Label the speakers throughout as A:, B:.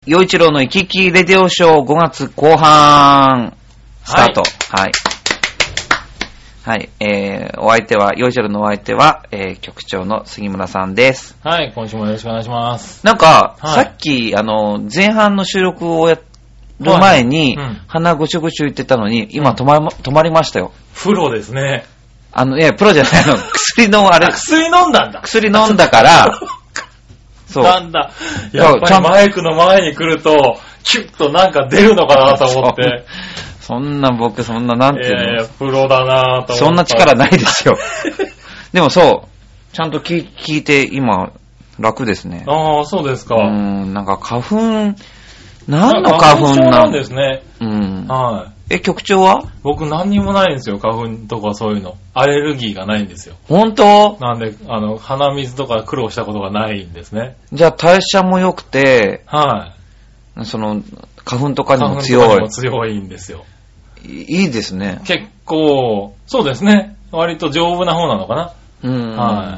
A: 陽一郎の行き来レディオショー5月後半スタート。はい。はい。お相手は、陽一郎のお相手は、局長の杉村さんです。
B: はい。今週もよろしくお願いします。
A: なんか、はい、さっき、前半の収録をやる前に、鼻ぐしゅぐしゅ言ってたのに、今止まりましたよ。
B: プロですね。
A: いや、プロじゃないの。薬のあれ。
B: 薬飲んだんだ。
A: 薬飲んだから、そう。
B: なんだ。やっぱりマイクの前に来ると、キュッとなんか出るのかなと思って。
A: そんな僕、そんななんていうの、
B: プロだなと思って。
A: そんな力ないですよ。でもそう、ちゃんと聞いて今、楽ですね。
B: ああ、そうですか。
A: なんか花粉、何の花粉
B: なんですね。
A: はい。局長は？
B: 僕何にもないんですよ、花粉とかそういうの。アレルギーがないんですよ。
A: 本当？
B: なんで、鼻水とか苦労したことがないんですね。
A: じゃあ代謝も良くて、
B: はい。
A: 花粉とかにも強い。
B: 花粉とかにも強いんですよ。
A: いいですね。
B: 結構、そうですね。割と丈夫な方なのかな。
A: はい。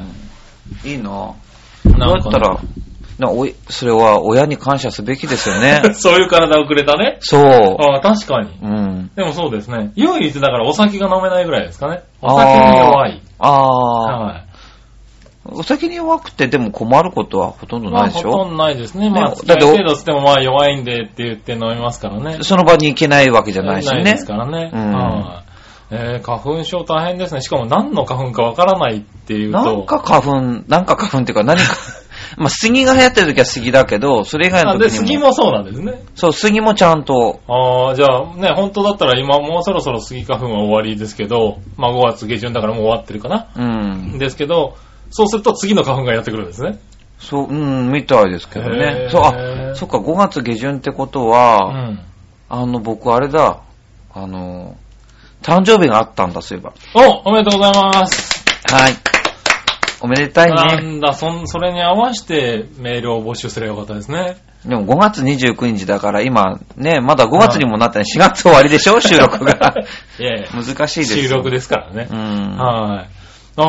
A: いいな。どうやったら、それは親に感謝すべきですよね。
B: そういう体をくれたね。
A: そう。
B: ああ、確かに。でもそうですね。唯一だからお酒が飲めないぐらいですかね。お酒に弱い。はい。
A: お酒に弱くてでも困ることはほとんどないでしょ？
B: ほとんどないですね。まあ、付き合い程度つっても弱いんでって言って飲みますからね。
A: その場に行けないわけじゃないしね。
B: ないですからね。花粉症大変ですね。しかも何の花粉かわからないっていうと。
A: なんか花粉っていうか何か。まあ、杉が流行ってる時は杉だけど、それ以外の時にも。
B: で、杉もそうなんですね。
A: そう、杉もちゃんと。
B: じゃあね、本当だったら今もうそろそろ杉花粉は終わりですけど、まあ5月下旬だからもう終わってるかな。ですけど、そうすると次の花粉がやってくるんですね。
A: そう、みたいですけどね。そっか、5月下旬ってことは、僕あれだ、誕生日があったんだ、そういえば。
B: おめでとうございます。
A: はい。おめでたいね。
B: なんだ、それに合わせてメールを募集すればよかったですね。
A: でも5月29日だから今ね、まだ5月にもなってない、4月終わりでしょ収録が。難しいですよ。
B: 収録ですからね。はい。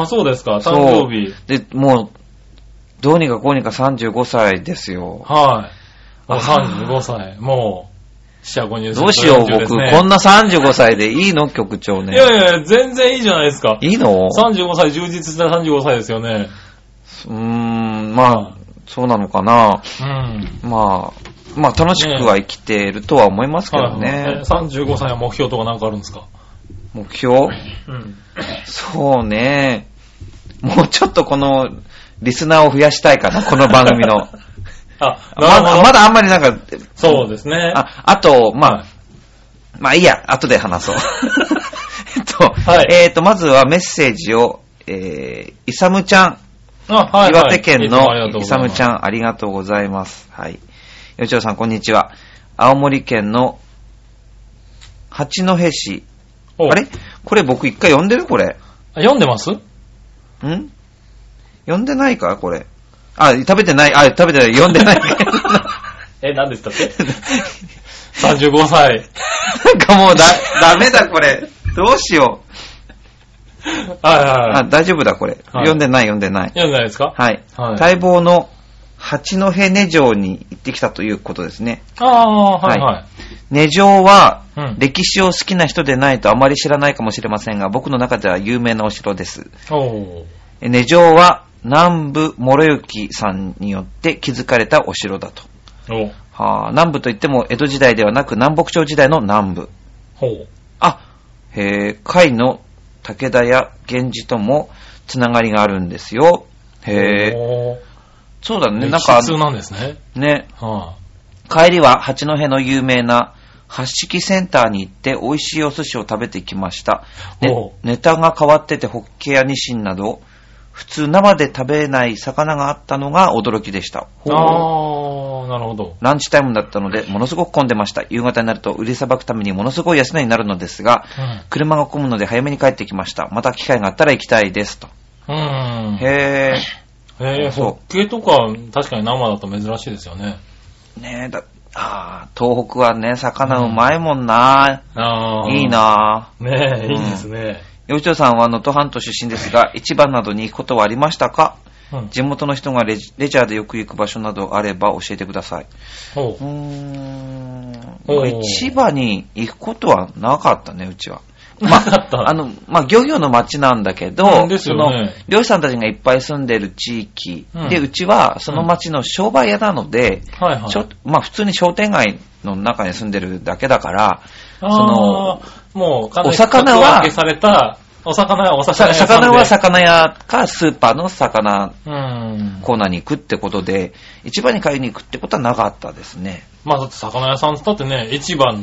B: そうですか、誕生日。
A: で、もう、どうにかこうにか35歳ですよ。
B: はい。35歳。もう。
A: どうしよう、僕、こんな35歳でいいの局長ね。
B: いや、全然いいじゃないですか。
A: いいの
B: ?35 歳、充実した35歳ですよね。
A: まあ、そうなのかな。まあ、楽しくは生きているとは思いますけどね。
B: 35歳は目標とかなんかあるんですか？
A: 目標？そうね。もうちょっとこの、リスナーを増やしたいかな、この番組の。まだあんまりなんか、
B: そうですね。
A: あと、まあいいや、後で話そう。まずはメッセージを、イサムちゃん。岩手県のイサムちゃん、ありがとうございます。はい。よちろさん、こんにちは。青森県の八戸市。あれこれ僕一回読んでるこれ。
B: 読んでます？
A: 読んでないかこれ。食べてない、読んでない。
B: 何でしたっけ ?35 歳。
A: なんかもうダメだこれ。どうしよう。大丈夫だこれ。読んでない。
B: 読んでないですか？
A: はい。待望の八戸根城に行ってきたということですね。根城は、歴史を好きな人でないとあまり知らないかもしれませんが、僕の中では有名なお城です。根城は、南部諸行さんによって築かれたお城だと。南部といっても江戸時代ではなく南北朝時代の南部。甲斐の武田や源氏ともつながりがあるんですよ。そうだね。なんか
B: 普通なんですね。
A: ね。帰りは八戸の有名な八色センターに行って美味しいお寿司を食べてきました。ネタが変わっててホッケやニシンなど普通生で食べない魚があったのが驚きでした。
B: なるほど。
A: ランチタイムだったのでものすごく混んでました。夕方になると売りさばくためにものすごい安値になるのですが、車が混むので早めに帰ってきました。また機会があったら行きたいですと。
B: ホッケとか確かに生だと珍しいですよね。
A: ねえ、東北はね、魚うまいもんな。いいな。
B: ねえ、いいですね。
A: よちろさんは能登半島出身ですが、市場などに行くことはありましたか？ 地元の人がレジャーでよく行く場所などあれば教えてください。市場に行くことはなかったね、うちは。漁業の町なんだけど、その、漁師さんたちがいっぱい住んでる地域で、うちはその町の商売屋なので、普通に商店街の中に住んでるだけだから、
B: もう、
A: お魚は、
B: 魚
A: は魚屋かスーパーの魚コーナーに行くってことで、市場に買いに行くってことはなかったですね。
B: だって魚屋さんって言ったってね、市場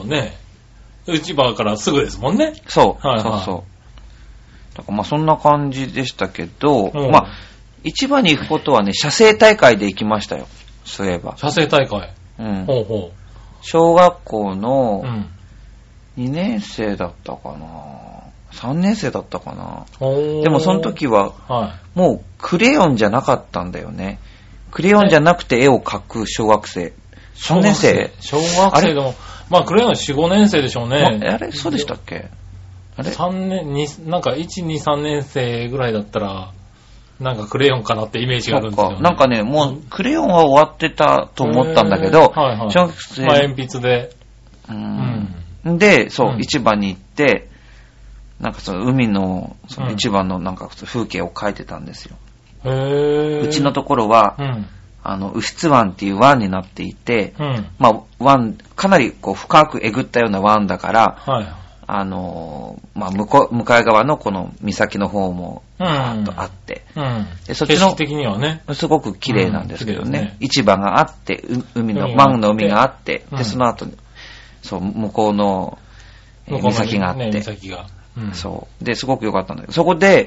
B: からすぐですもんね。
A: そう。だからそんな感じでしたけど、市場に行くことはね、写生大会で行きましたよ。そういえば。
B: 写生大会。
A: 小学校の2年生だったかな。3年生だったかな。でもその時は、もうクレヨンじゃなかったんだよね。クレヨンじゃなくて絵を描く小学生。3年生？
B: 小学生でも、クレヨン4、5年生でしょうね。
A: あれそうでしたっけ？あれ
B: ?3 年、なんか1、2、3年生ぐらいだったら、なんかクレヨンかなってイメージがあるんですよね。
A: なんかね、もうクレヨンは終わってたと思ったんだけど、小学生。
B: 鉛筆で。
A: で、市場に行って、なんか海の、市場のなんか風景を描いてたんですよ。うちのところは、右室湾っていう湾になっていて、湾、かなり深くえぐったような湾だから、向かい側のこの岬の方も、あって、
B: でそっちの、景色的にはね、
A: すごく綺麗なんですけどね、市場があって、湾の海があって、で、その後、向こうの、岬があって、で、すごく良かったんだけど、そこで、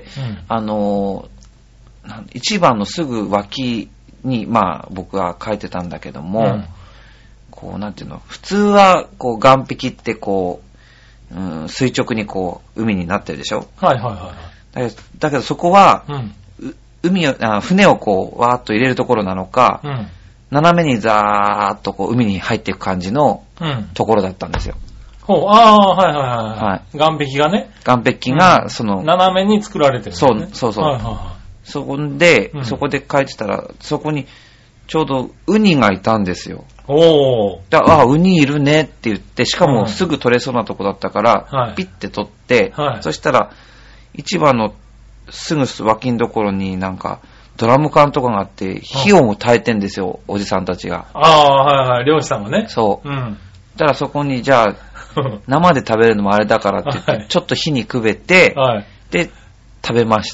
A: 市場のすぐ脇に、僕は書いてたんだけども、なんていうの、普通は、岸壁って垂直に海になってるでしょ？だけどそこは、船をわーっと入れるところなのか、斜めにザーっと海に入っていく感じのところだったんですよ。
B: 岸壁がね。
A: 岸壁が、
B: 斜めに作られてるんですね。
A: そう。そこで書いてたら、そこにちょうどウニがいたんですよ。ウニいるねって言って、しかもすぐ取れそうなとこだったから、ピッて取って、そしたら、市場のすぐ脇のところになんか、ドラム缶とかがあって、火を焚いてんですよ、おじさんたちが。
B: 漁師さんがね。
A: そう。だからそこに、じゃあ、生で食べるのもあれだからって言って、ちょっと火にくべて、で、食べました。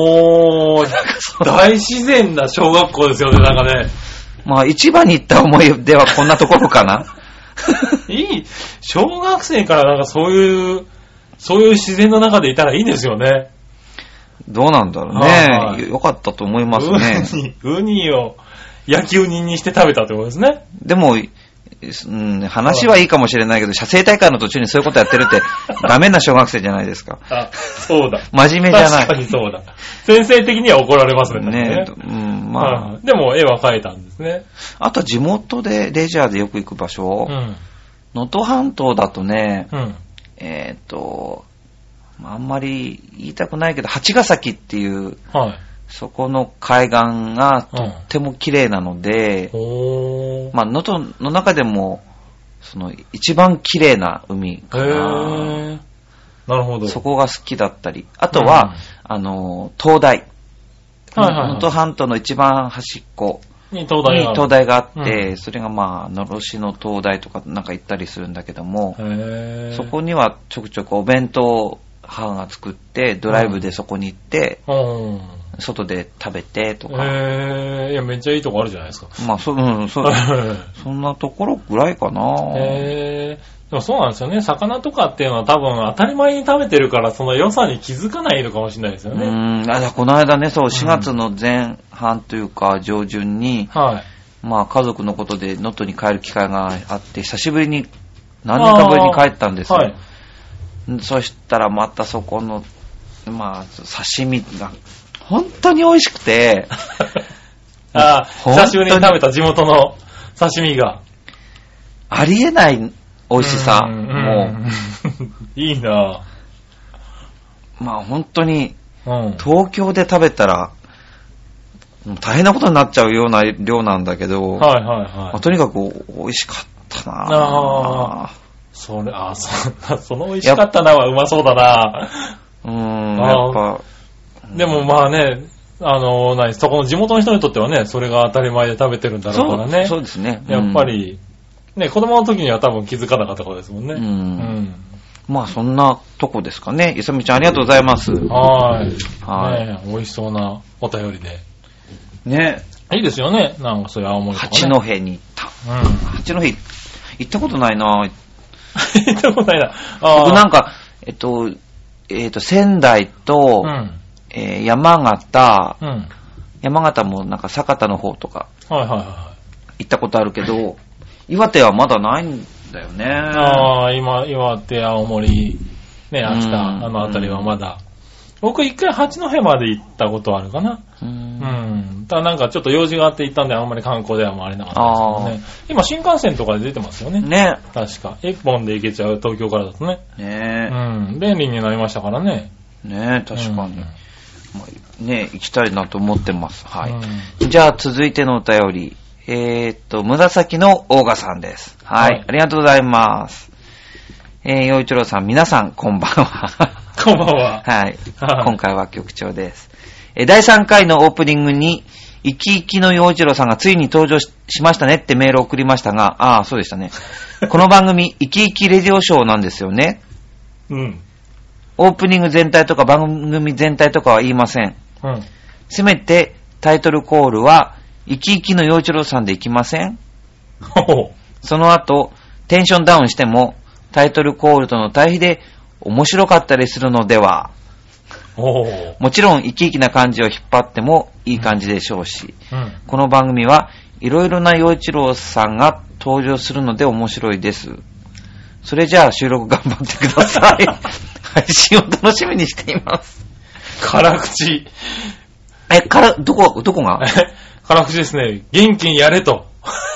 B: 大自然な小学校ですよね、なんかね。
A: 市場に行った思い出はこんなところかな。
B: 小学生からなんかそういう自然の中でいたらいいですよね。
A: どうなんだろうね。よかったと思いますね。
B: ウニを焼きウニにして食べたってことですね。
A: でも、話はいいかもしれないけど、写生大会の途中にそういうことやってるって、ダメな小学生じゃないですか。
B: そうだ。
A: 真面目じゃない。
B: 確かにそうだ。先生的には怒られますね。でも絵は描いたんですね。
A: あと地元でレジャーでよく行く場所、能登半島だとね、あんまり言いたくないけど、八ヶ崎っていう、そこの海岸がとっても綺麗なので、能登の中でも、一番綺麗な海かな。
B: なるほど。
A: そこが好きだったり。あとは、灯台。能登半島の一番端っこに灯台があって、それがのろしの灯台とかなんか行ったりするんだけども、そこにはちょくちょくお弁当を母が作って、ドライブでそこに行って、外で食べてとか。
B: いや、めっちゃいいとこあるじゃないですか。
A: そんなところぐらいかな。
B: でもそうなんですよね。魚とかっていうのは多分当たり前に食べてるから、その良さに気づかないのかもしれないですよね。
A: この間ね、4月の前半というか上旬に、家族のことで能登に帰る機会があって、久しぶりに、何年かぶりに帰ったんですよ。そしたらまたそこの、刺身が、本当に美味しくて。
B: 久しぶりに食べた地元の刺身が。
A: ありえない美味しさ。も
B: う。いいな
A: ぁ。本当に、東京で食べたら、 大変なことになっちゃうような量なんだけど、
B: はいはいはい。
A: まあ、とにかく美味しかったなぁ。
B: その美味しかったなはうまそうだなぁ。
A: やっぱ。
B: でもまあね、そこの地元の人にとってはね、それが当たり前で食べてるんだろうからね。
A: そうですね。
B: やっぱり、ね、子供の時には多分気づかなかったことですもんね。
A: まあそんなとこですかね。いさみちゃんありがとうございます。
B: はい。ね、美味しそうなお便りで。
A: ね。
B: いいですよね。なんかそういう青森とか、ね。
A: 八戸に行った。八戸行ったことないなぁ。
B: 行ったことないな。
A: 僕なんか、仙台と、山形、山形もなんか酒田の方とか、行ったことあるけど、岩手はまだないんだよね。
B: 岩手、青森、ね、秋田、あの辺りはまだ。僕一回八戸まで行ったことあるかな。ただなんかちょっと用事があって行ったんであんまり観光では回れなかったですけどね。今新幹線とかで出てますよね。
A: ね。
B: 確か。一本で行けちゃう東京からだとね。
A: ね。
B: 便利になりましたからね。
A: ね、確かに。ね、行きたいなと思ってます。はい。じゃあ続いてのお便り。紫のオーガさんです。はい。ありがとうございます。陽一郎さん、皆さん、こんばんは。
B: こんばんは。
A: はい。今回は局長です。第3回のオープニングに、生き生きの陽一郎さんがついに登場 しましたねってメールを送りましたが、そうでしたね。この番組、生き生きレディオショーなんですよね。オープニング全体とか番組全体とかは言いません。せめてタイトルコールは、生き生きの陽一郎さんでいきません？その後、テンションダウンしても、タイトルコールとの対比で面白かったりするのでは。もちろん生き生きな感じを引っ張ってもいい感じでしょうし、この番組はいろいろな陽一郎さんが登場するので面白いです。それじゃあ収録頑張ってください。配信を楽しみにしています。
B: 辛口。
A: どこが
B: 辛口ですね。元気にやれと。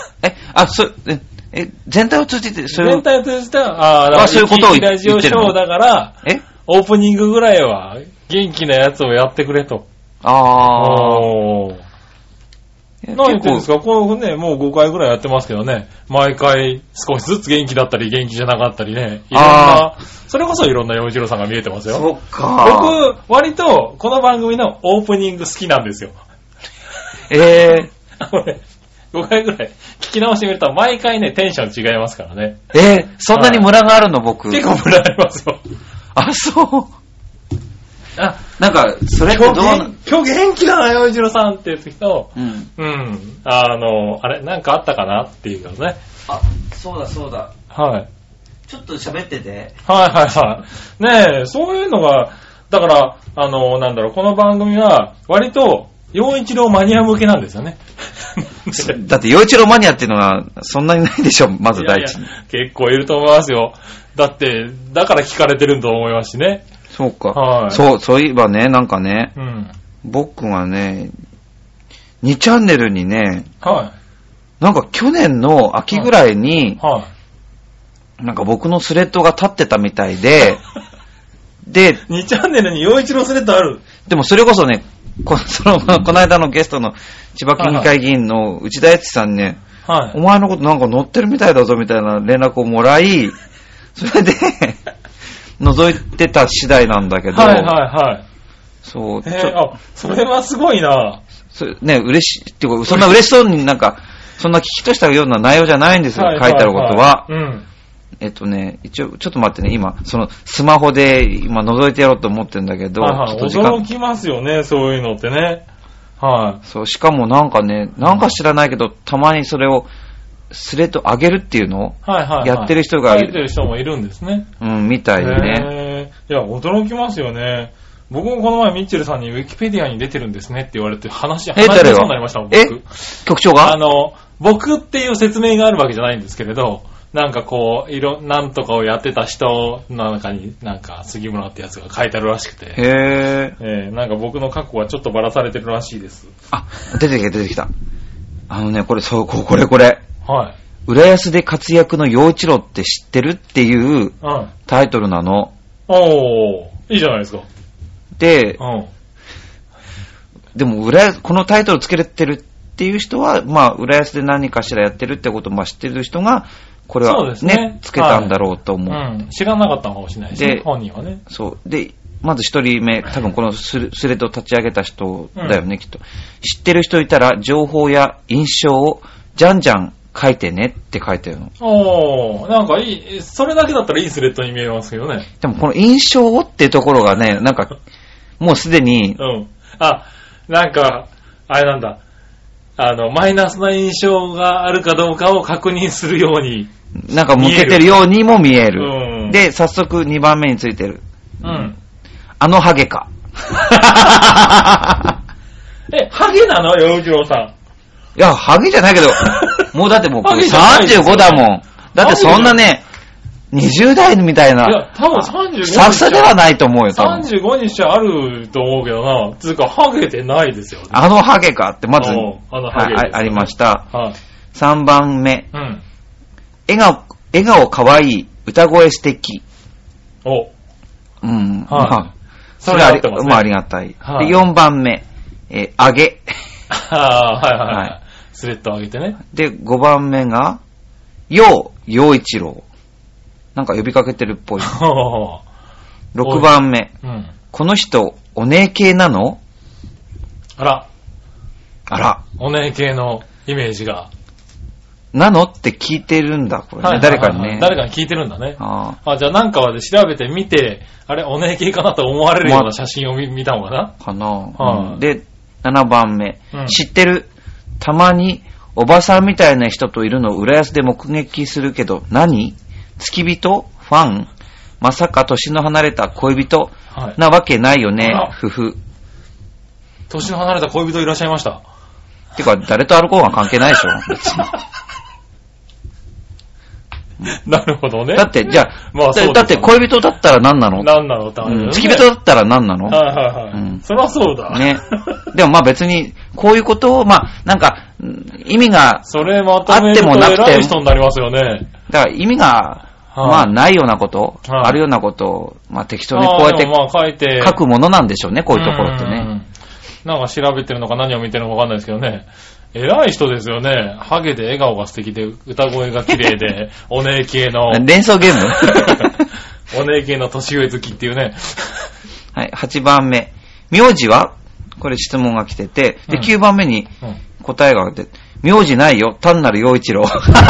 A: 全体を通じて、
B: 全体を通じては、
A: そういうことを言ってるの？
B: ラジオショーだから、オープニングぐらいは元気なやつをやってくれと。何言ってるんですか？こうね、もう5回ぐらいやってますけどね。毎回少しずつ元気だったり元気じゃなかったりね。いろんな、それこそいろんな陽一郎さんが見えてますよ。
A: そっか。
B: 僕、割とこの番組のオープニング好きなんですよ。5回ぐらい聞き直してみると毎回ね、テンション違いますからね。
A: そんなにムラがあるの僕。
B: 結構ムラありますよ。
A: そう。なんか、それってどう
B: 今日元気だな、陽一郎さんって言ってきたと、あれ、なんかあったかなっていうのね。
A: そうだ。
B: はい。
A: ちょっと喋ってて。
B: ねえ、そういうのが、だから、この番組は、割と、陽一郎マニア向けなんですよね。
A: だって陽一郎マニアっていうのは、そんなにないでしょ、まず第一に。
B: 結構いると思いますよ。だから聞かれてると思いますしね。
A: そうか。そういえばね、なんかね、僕がね、2チャンネルにね、なんか去年の秋ぐらいに、なんか僕のスレッドが立ってたみたいで、
B: 2チャンネルに陽一郎スレッドある？
A: でもそれこそね、この間のゲストの千葉県議会議員の内田悦さんね、お前のことなんか載ってるみたいだぞみたいな連絡をもらい、それで、覗いてた次第なんだけど。そう。
B: それはすごいな。
A: ね、嬉しい、っていうか、そんな嬉しそうになんか、そんな聞きとしたような内容じゃないんですよ、書いてあることは。一応、ちょっと待ってね、今、スマホで今覗いてやろうと思ってるんだけど、
B: 驚きますよね、そういうのってね。
A: そう、しかもなんかね、なんか知らないけど、たまにそれを、スレッド上げるっていうのをやってる人がいる。
B: やってる人もいるんですね。
A: みたいでね。
B: いや、驚きますよね。僕もこの前ミッチェルさんにウィキペディアに出てるんですねって言われて話しそうになりましたもん、僕。
A: 局長が？
B: 僕っていう説明があるわけじゃないんですけれど、なんかこう、なんとかをやってた人の中に、なんか杉村ってやつが書いてあるらしくて。なんか僕の過去はちょっとばらされてるらしいです。
A: 出てきた。これ。浦安で活躍の陽一郎って知ってるっていうタイトルなの。
B: いいじゃないですか。
A: で、 でも、このタイトルつけれてるっていう人は、まあ、浦安で何かしらやってるってことを知ってる人が、これはね、つけたんだろうと思う。
B: 知らなかったのかもしれないですね、本人はね。
A: そう。で、まず一人目、多分このスレッドを立ち上げた人だよね、きっと。知ってる人いたら、情報や印象をじゃんじゃん書いてねって書いてるの。
B: なんかいい、それだけだったらいいスレッドに見えますけどね。
A: でもこの印象をっていうところがね、なんか、もうすでに、
B: なんか、あれなんだ。マイナスな印象があるかどうかを確認するように。
A: なんか向けてるようにも見える。で、早速2番目についてる。ハゲか。
B: ハゲなのよ、うじろうさん。
A: いや、ハゲじゃないけど、もうだってもう35だもん。だってそんなね、20代みたいな。いや、
B: 多分35
A: さすがではないと思うよ、多分。
B: 35にしちゃあると思うけどな。つうか、ハゲてないですよね。
A: ハゲかって、まず、ありました。3番目。笑顔かわいい、歌声素敵。それありがたい。で、4番目。あげ。
B: スレッド上げてね。
A: で、5番目が、陽一郎。なんか呼びかけてるっぽい。6番目。この人、お姉系なの？
B: あら。お姉系のイメージが。
A: なのって聞いてるんだ、これね。誰かにね。
B: 誰かに聞いてるんだね。じゃあなんかで調べてみて、あれ、お姉系かなと思われるような写真を見たのかな？
A: かな。で、7番目。知ってる。たまに、おばさんみたいな人といるのを浦安で目撃するけど、何？付き人？ファン？まさか年の離れた恋人？なわけないよね、ふふ。
B: 年の離れた恋人いらっしゃいました。
A: てか、誰と歩こうが関係ないでしょ。
B: なるほどね。
A: だって、じゃあ、だって恋人だったら何なの？
B: 何なのって話だよね。
A: 付き人だったら何なの？
B: そりゃそうだ。
A: ね。でもまあ別に、こういうことを、なんか、意味があってもなくて。それまとめると
B: 偉い人になりますよね。
A: だから意味が、ないようなこと、あるようなことを、適当にこうやって書くものなんでしょうね、こういうところってね。
B: なんか調べてるのか何を見てるのかわかんないですけどね。偉い人ですよね。ハゲで笑顔が素敵で、歌声が綺麗で、お姉系の。
A: 連想ゲーム
B: お姉系の年上好きっていうね。
A: はい、8番目。名字は？これ質問が来てて、で、9番目に答えが出て、名字ないよ、単なる陽一郎。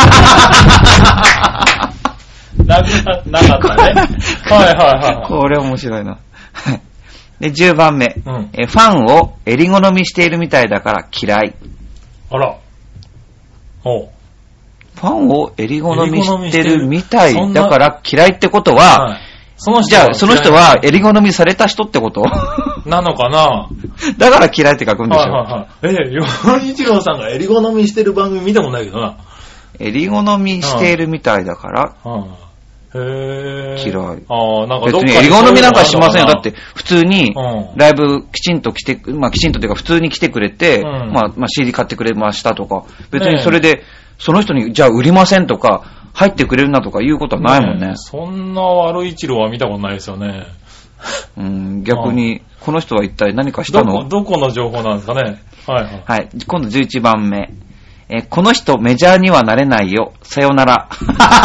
B: なかったね。はい。
A: これ面白いな。で、10番目。ファンを襟好みしているみたいだから嫌い。
B: あら。
A: ファンを襟好みしてるみたいだから嫌いってことは、じゃあその人は襟好みされた人ってこと
B: なのかな？
A: だから嫌いって書くんでしょ。
B: 洋一郎さんが襟好みしてる番組見たことないけどな。
A: 襟好みしているみたいだから、嫌い。別に襟好みなんかしませんよ。だって普通にライブきちんと来て、きちんとっていうか普通に来てくれて、CD 買ってくれましたとか、別にそれでその人にじゃあ売りませんとか入ってくれるなとかいうことはないもんね。
B: そんな悪い一郎は見たことないですよね。
A: 逆にこの人は一体何かしたの？
B: どこの情報なんですかね。
A: はい。今度11番目。この人メジャーにはなれないよ。さよなら。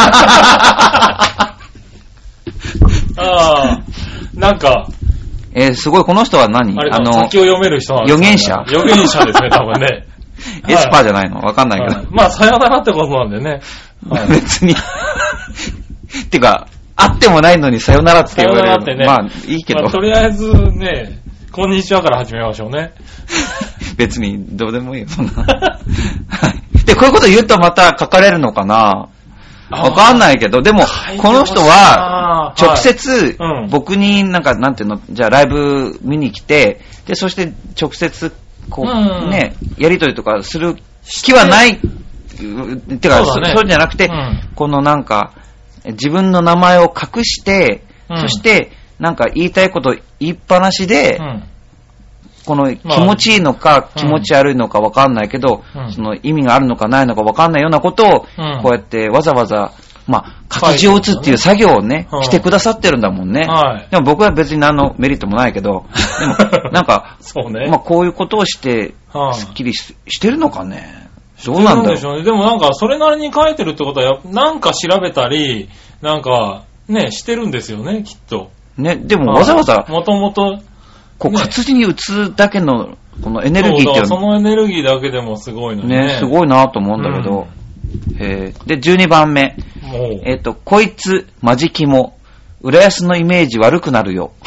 B: なんか。
A: すごい、この人は何？
B: 先を読める人なんですか？
A: 預言者？
B: 預言者ですね、多分ね。
A: エスパーじゃないの？わかんないけど。
B: さよならってことなんでね。
A: 別に。てか、会ってもないのにさよならって言われる。
B: さよならってね。
A: いいけど。
B: とりあえずね、こんにちはから始めましょうね。
A: 別に、どうでもいいよ、そんな。で、こういうこと言うとまた書かれるのかな？わかんないけど、でも、この人は、直接、僕になんていうの、じゃあライブ見に来て、で、そして直接、やりとりとかする気はない、てか、そうじゃなくて、この自分の名前を隠して、そして、言いたいこと言いっぱなしで、この気持ちいいのか気持ち悪いのか分かんないけど、その意味があるのかないのか分かんないようなことを、こうやってわざわざ、 活字を打つっていう作業をね、してくださってるんだもんね。はい。でも僕は別に何のメリットもないけど、でも、なんか、
B: そうね。
A: まあこういうことをして、スッキリしてるのかね。どうなんだろう。でしょうね。
B: でもなんか、それなりに書いてるってことは、なんか調べたり、なんか、ね、してるんですよね、きっと。
A: ね、でもわざわざ、
B: もともと、
A: こう、活字に打つだけの、このエネルギーっていうの。
B: そのエネルギーだけでもすごいのね。
A: ね、すごいなと思うんだけど。で、12番目。こいつ、マジキモ。浦安のイメージ悪くなるよ。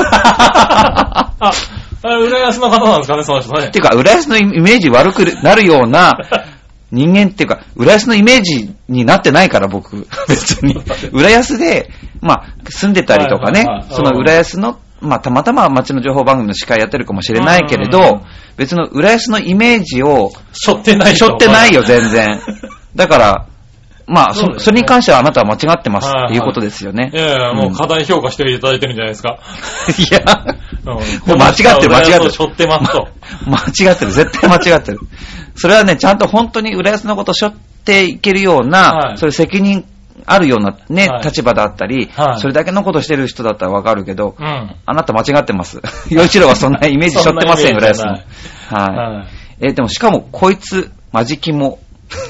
B: 浦安の方なんですかね、その人ね。
A: っていうか、浦安のイメージ悪くなるような人間っていうか、浦安のイメージになってないから、僕。別に。浦安で、まあ、住んでたりとかね、その浦安の、まあ、たまたま街の情報番組の司会やってるかもしれないけれど、別の浦安のイメージを、
B: 背負ってない
A: よ、全然。だから、まあ、それに関してはあなたは間違ってますっていうことですよね。
B: いや、もう過大評価していただいてるんじゃないですか。
A: いや、間違ってる。
B: 背負ってますと。
A: 間違ってる、絶対間違ってる。それはね、ちゃんと本当に浦安のことを背負っていけるような、そういう責任あるようなね、立場だったり、それだけのことしてる人だったらわかるけど、あなた間違ってます。洋一郎はそんなイメージ背負ってません、浦安の。はい。でもしかも、こいつ、マジキモ。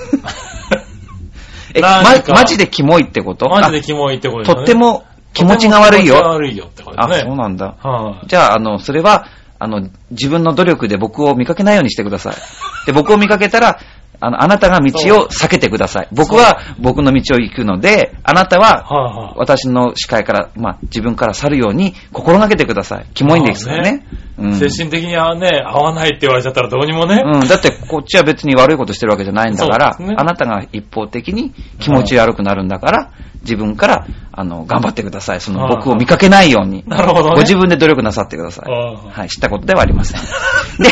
A: マジでキモいってこと？
B: マジでキモいってことですね。
A: とっても気持ちが悪いよ。
B: 気持ちが悪いよってことですね。
A: あ、そうなんだ。じゃあ、それは、自分の努力で僕を見かけないようにしてください。で、僕を見かけたら、あなたが道を避けてください。僕は僕の道を行くので、あなたは私の視界から、まあ自分から去るように心がけてください。キモいんですからね。
B: 精神的にはね、合わないって言われちゃったらどうにもね。
A: だってこっちは別に悪いことしてるわけじゃないんだから、あなたが一方的に気持ち悪くなるんだから、自分から頑張ってください。その僕を見かけないように。
B: なるほどね。
A: ご自分で努力なさってください。はい、知ったことではありません。で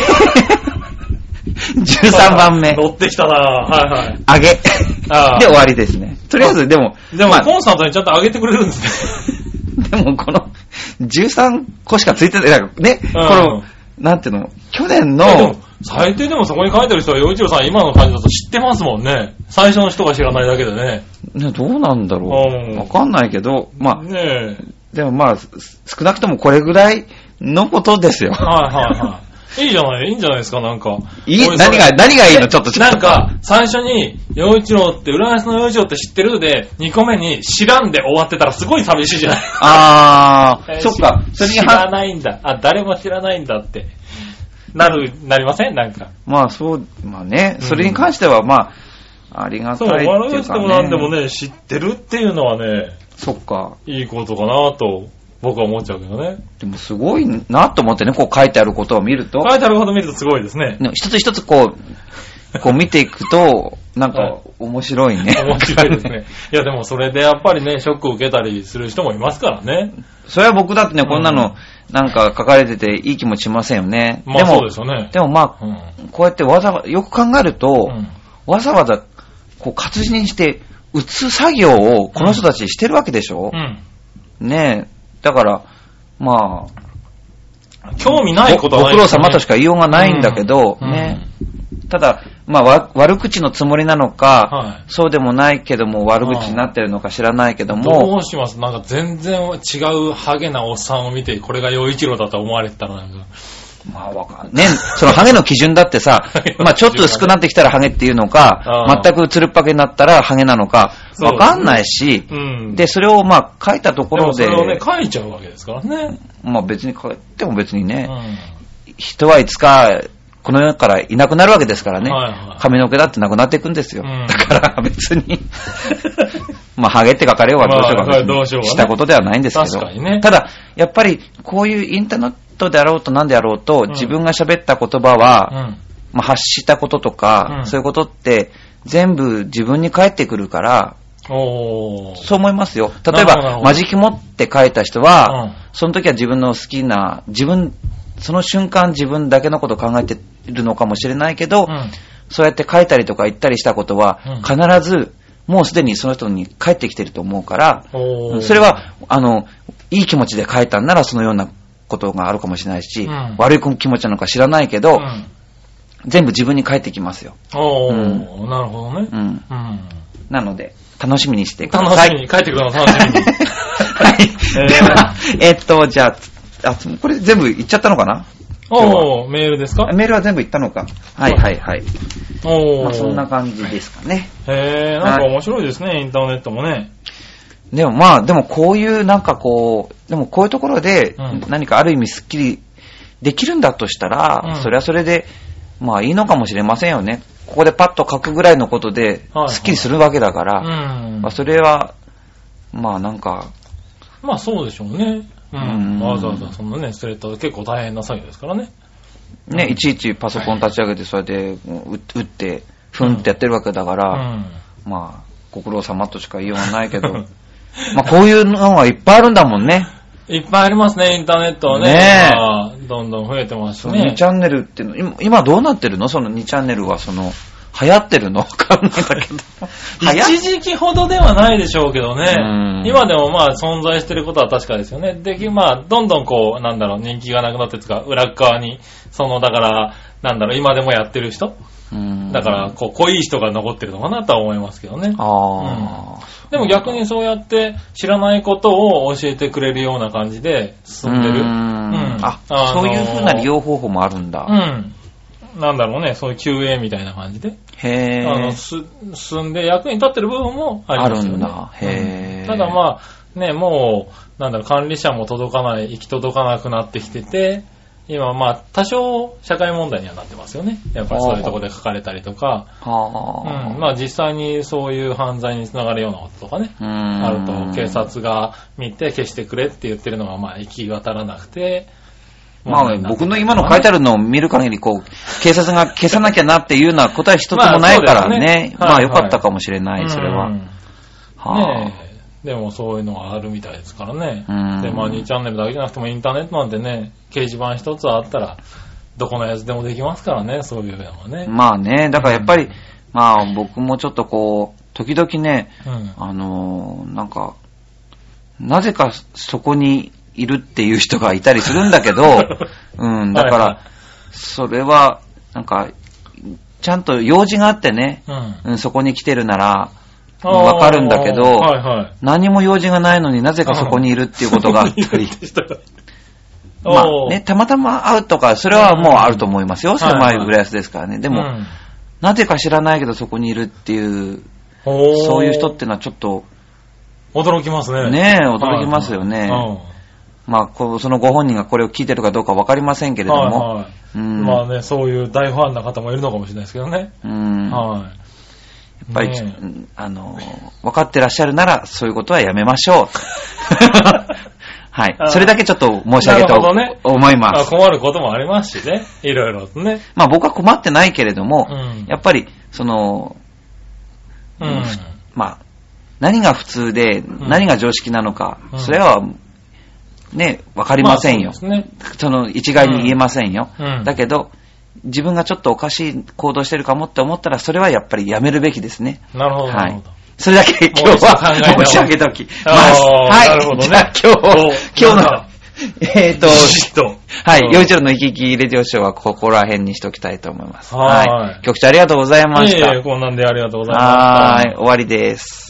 A: 13番目。
B: 乗ってきたなはいはい。
A: 上げ。で終わりですね。とりあえず、でも、
B: コンスタントにちゃんと上げてくれるんです
A: ね。でも、この、13個しかついてない。ね、この、なんていうの、去年の、
B: 最低でもそこに書いてる人は、洋一郎さん今の感じだと知ってますもんね。最初の人が知らないだけでね。
A: どうなんだろう。わかんないけど、まあ、でもまあ、少なくともこれぐらいのことですよ。
B: はいはいはい。いいんじゃないですか、なんか。
A: 何がいいのちょっと。
B: なんか、最初に、洋一郎って、浦安の洋一郎って知ってるで、2個目に知らんで終わってたらすごい寂しいじゃない。
A: そっか。
B: 知らないんだ。誰も知らないんだって。なりませんなんか。
A: まあね、それに関しては、まあ、ありがたいっていうかね。
B: そう、悪い人もなんでもね、知ってるっていうのはね、
A: そっか。
B: いいことかなと。僕は思っちゃうけどね。
A: でもすごいなと思ってね、こう書いてあることを見ると。
B: 書いてあることを見るとすごいですね。
A: 一つ一つこう見ていくと、なんか面白いね。
B: 面白いですね。いやでもそれでやっぱりね、ショックを受けたりする人もいますからね。
A: それは僕だってね、こんなのなんか書かれてていい気持ちしませんよね。
B: まあそうですよね。
A: でもまあ、こうやってよく考えると、わざわざこう活字にして打つ作業をこの人たちしてるわけでしょ。ねえ。だから、ま
B: あ、興味ないことはない、
A: ご苦労様としか言いようがないんだけど、ね。ただ、まあ、悪口のつもりなのか、そうでもないけども、悪口になってるのか知らないけども。
B: どうします？なんか全然違うハゲなおっさんを見て、これが洋一郎だと思われてたらなんか。
A: まあわかんね。そのハゲの基準だってさ、まあちょっと薄くなってきたらハゲっていうのか、全くつるっぱげになったらハゲなのか、わかんないし、で、それをまあ書いたところで。
B: それをね、書いちゃうわけですからね。
A: まあ別に書いても別にね、人はいつかこの世からいなくなるわけですからね。髪の毛だってなくなっていくんですよ。だから別に、まあハゲって書かれようがどうしようがしたことではないんですけど。
B: 確かにね。
A: ただ、やっぱりこういうインターネットであろうと何であろうと、自分が喋った言葉は、まあ、発したこととか、そういうことって全部自分に返ってくるから、そう思いますよ。例えば、マジキモって書いた人は、その時は自分の好きな、その瞬間自分だけのことを考えているのかもしれないけど、そうやって書いたりとか言ったりしたことは、必ず、もうすでにその人に返ってきてると思うから、それは、いい気持ちで書いたんならそのようなことがあるかもしれないし、悪い気持ちなのか知らないけど、全部自分に返ってきますよ。
B: なるほどね。
A: なので、 楽しみにしてください。
B: 楽しみに、帰ってくるの楽しみに。
A: はい。じゃあ、これ全部言っちゃったのかな？
B: メールですか？
A: メールは全部言ったのか。はいはいはい。まあそんな感じですかね。
B: なんか面白いですね、インターネットもね。
A: でもでもこういうなんかでもこういうところで何かある意味スッキリできるんだとしたら、それはそれで、まあいいのかもしれませんよね。ここでパッと書くぐらいのことで、スッキリするわけだから、まあそれは、まあなんか。
B: まあそうでしょうね。わざわざそんなね、ストレート結構大変な作業ですからね。
A: ね、いちいちパソコン立ち上げて、それで打って、ふんってやってるわけだから、まあ、ご苦労様としか言いようがないけど、まあこういうのがいっぱいあるんだもんね。
B: いっぱいありますね、インターネットはね。どんどん増えてますね。
A: 2チャンネルっていうの、今どうなってるの？その2チャンネルは流行ってるの？わかんないんだけど。
B: 一時期ほどではないでしょうけどね。今でもまあ存在してることは確かですよね。で、まあ、どんどん人気がなくなってつか、裏側に、だから、今でもやってる人だから、濃い人が残ってるのかなとは思いますけどね。でも逆にそうやって知らないことを教えてくれるような感じで進んでる。
A: そういう風な利用方法もあるんだ。
B: そういう QA みたいな感じで。進んで役に立ってる部分もありますよね。あるんだ。ただまあ、ね、もう、管理者も行き届かなくなってきてて、今まあ、多少社会問題にはなってますよね。やっぱりそういうところで書かれたりとか。まあ実際にそういう犯罪につながるようなこととかね。あると、警察が見て消してくれって言ってるのがまあ行き渡らなくて、
A: まあ、僕の今の書いてあるのを見る限り、警察が消さなきゃなっていうようなことは一つもないからね。まあ、良かったかもしれない、それは。
B: でもそういうのがあるみたいですからね。で、まあ、2チャンネルだけじゃなくてもインターネットなんてね、掲示板一つあったら、どこのやつでもできますからね、そういうのはね。
A: まあね、だからやっぱり、まあ、僕もちょっと時々ね、なぜかそこに、いるっていう人がいたりするんだけど、だから、それは、ちゃんと用事があってね、そこに来てるなら、わかるんだけど、何も用事がないのになぜかそこにいるっていうことがあったり、まあね、たまたま会うとか、それはもうあると思いますよ、狭い浦安ですからね。でも、なぜか知らないけどそこにいるっていう、そういう人っていうのはちょっと、
B: 驚きますね。
A: ねえ、驚きますよね。まあ、そのご本人がこれを聞いてるかどうかわかりませんけれども。
B: まあね、そういう大ファンな方もいるのかもしれないですけどね。
A: やっぱり、分かってらっしゃるなら、そういうことはやめましょう。はい。それだけちょっと申し上げたと思います。
B: 困ることもありますしね。いろいろとね。
A: まあ僕は困ってないけれども、やっぱり、まあ、何が普通で、何が常識なのか、それは、ね、わかりませんよ。一概に言えませんよ。だけど、自分がちょっとおかしい行動してるかもって思ったら、それはやっぱりやめるべきですね。
B: なるほど。はい。
A: それだけ今日は申し上げておきます。はい。なるほどね。じゃあ今日の、はい。陽一郎の生き生きレディオショーはここら辺にしておきたいと思います。はい。局長ありがとうございました。
B: こんなんでありがとうございました。
A: はい。終わりです。